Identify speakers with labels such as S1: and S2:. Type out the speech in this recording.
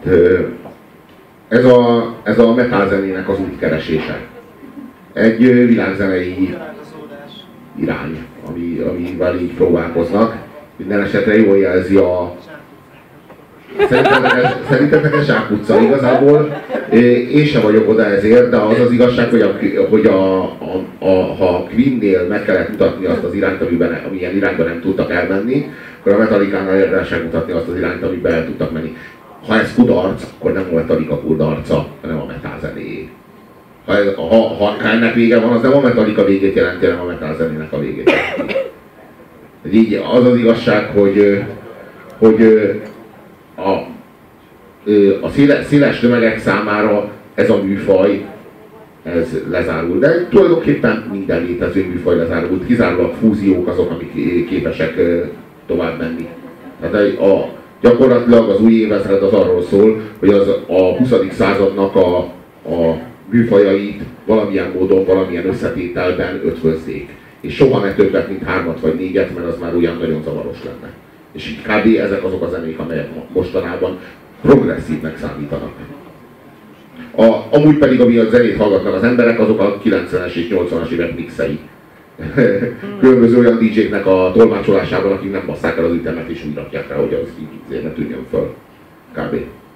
S1: Ez a metal zenének az útkeresése. Egy világzenei irány, amivel így próbálkoznak. Minden esetre jól jelzi a... Szerintetek ez zsákutca igazából. Én sem vagyok oda ezért, de az az igazság, hogy ha Queen-nél meg kellett mutatni azt az irányt, amilyen irányba nem tudtak elmenni, akkor a Metallicánál érdemes megmutatni azt az irányt, amiben el tudtak menni. Ha ez kudarc, akkor nem a Metallica kudarca, hanem a metal zenéjé. Ha ennek vége van, az nem a Metallica végét jelenti, hanem a metal zenének a végét jelenti. Így az az igazság, hogy a széles tömegek számára ez a műfaj, ez lezárul. De tulajdonképpen minden létező műfaj lezárult, kizárólag fúziók azok, amik képesek tovább menni. Tehát gyakorlatilag az új évezred az arról szól, hogy az a 20. századnak a műfajait valamilyen módon, valamilyen összetételben ötvözzék. És soha ne többet, mint 3 vagy 4, mert az már olyan nagyon zavaros lenne. És így kb. Ezek azok a zenék, amelyek mostanában progresszívnek számítanak. Amúgy pedig, ami a zenét hallgatnak az emberek, azok a 90-es és 80-as évek mixei. Különböző olyan DJ-knek a tolmácsolásában, akik nem basszák el az ütemet és úgy rakják rá, hogy az így ne tűnjön föl. Kb.